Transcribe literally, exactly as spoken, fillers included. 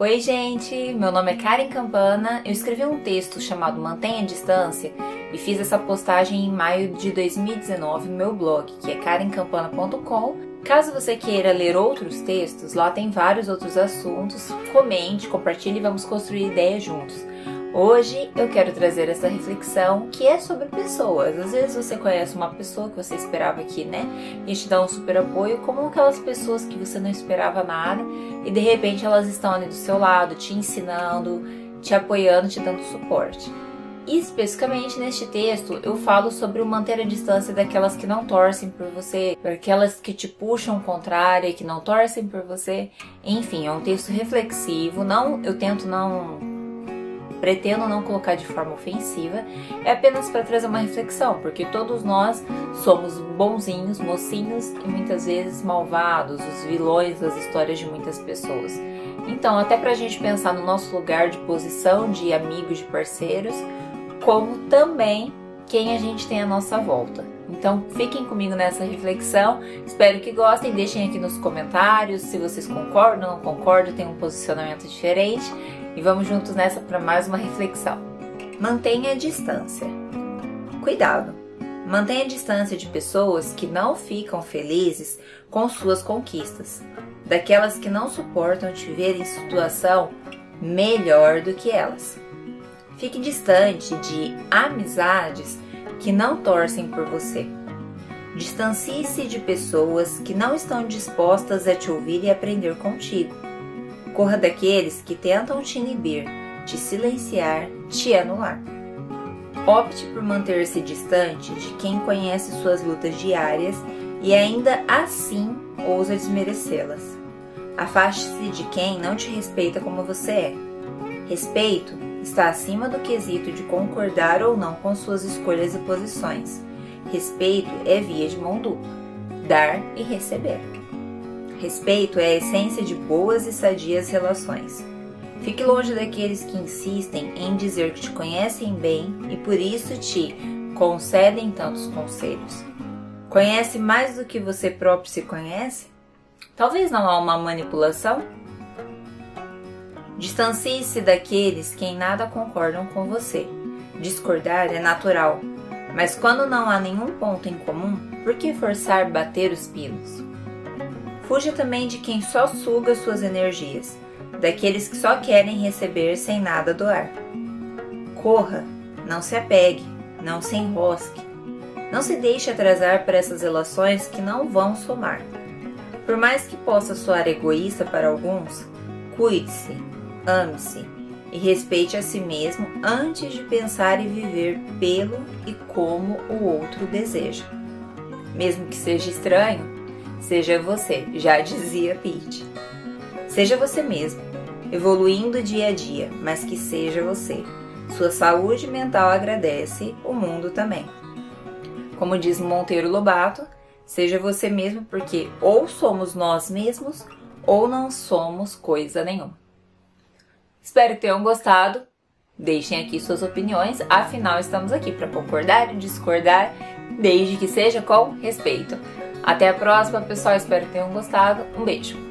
Oi gente, meu nome é Karen Campana, eu escrevi um texto chamado Mantenha a Distância e fiz essa postagem em maio de dois mil e dezenove no meu blog, que é karen campana ponto com. Caso você queira ler outros textos, lá tem vários outros assuntos, comente, compartilhe e vamos construir ideias juntos. Hoje eu quero trazer essa reflexão que é sobre pessoas. Às vezes você conhece uma pessoa que você esperava que, né, ia te dar um super apoio, como aquelas pessoas que você não esperava nada e de repente elas estão ali do seu lado, te ensinando, te apoiando, te dando suporte. E especificamente neste texto eu falo sobre o manter a distância daquelas que não torcem por você, daquelas que te puxam contrária e que não torcem por você. Enfim, é um texto reflexivo, não, eu tento não... Pretendo não colocar de forma ofensiva, é apenas para trazer uma reflexão, porque todos nós somos bonzinhos, mocinhos e muitas vezes malvados, os vilões das histórias de muitas pessoas. Então, até para a gente pensar no nosso lugar de posição, de amigos, de parceiros, como também quem a gente tem à nossa volta. Então, fiquem comigo nessa reflexão, espero que gostem, deixem aqui nos comentários se vocês concordam ou não concordam, tem um posicionamento diferente. E vamos juntos nessa para mais uma reflexão. Mantenha a distância. Cuidado! Mantenha a distância de pessoas que não ficam felizes com suas conquistas, daquelas que não suportam te ver em situação melhor do que elas. Fique distante de amizades que não torcem por você. Distancie-se de pessoas que não estão dispostas a te ouvir e aprender contigo. Corra daqueles que tentam te inibir, te silenciar, te anular. Opte por manter-se distante de quem conhece suas lutas diárias e ainda assim ousa desmerecê-las. Afaste-se de quem não te respeita como você é. Respeito está acima do quesito de concordar ou não com suas escolhas e posições. Respeito é via de mão dupla, dar e receber. Respeito é a essência de boas e sadias relações. Fique longe daqueles que insistem em dizer que te conhecem bem e por isso te concedem tantos conselhos. Conhece mais do que você próprio se conhece? Talvez não há uma manipulação? Distancie-se daqueles que em nada concordam com você. Discordar é natural, mas quando não há nenhum ponto em comum, por que forçar bater os pinos? Fuja também de quem só suga suas energias, daqueles que só querem receber sem nada doar. Corra, não se apegue, não se enrosque. Não se deixe atrasar para essas relações que não vão somar. Por mais que possa soar egoísta para alguns, cuide-se, ame-se e respeite a si mesmo antes de pensar e viver pelo e como o outro deseja. Mesmo que seja estranho, seja você, já dizia Pete. Seja você mesmo, evoluindo dia a dia, mas que seja você. Sua saúde mental agradece, o mundo também. Como diz Monteiro Lobato, seja você mesmo porque ou somos nós mesmos ou não somos coisa nenhuma. Espero que tenham gostado. Deixem aqui suas opiniões, afinal estamos aqui para concordar e discordar, desde que seja com respeito. Até a próxima, pessoal. Espero que tenham gostado. Um beijo!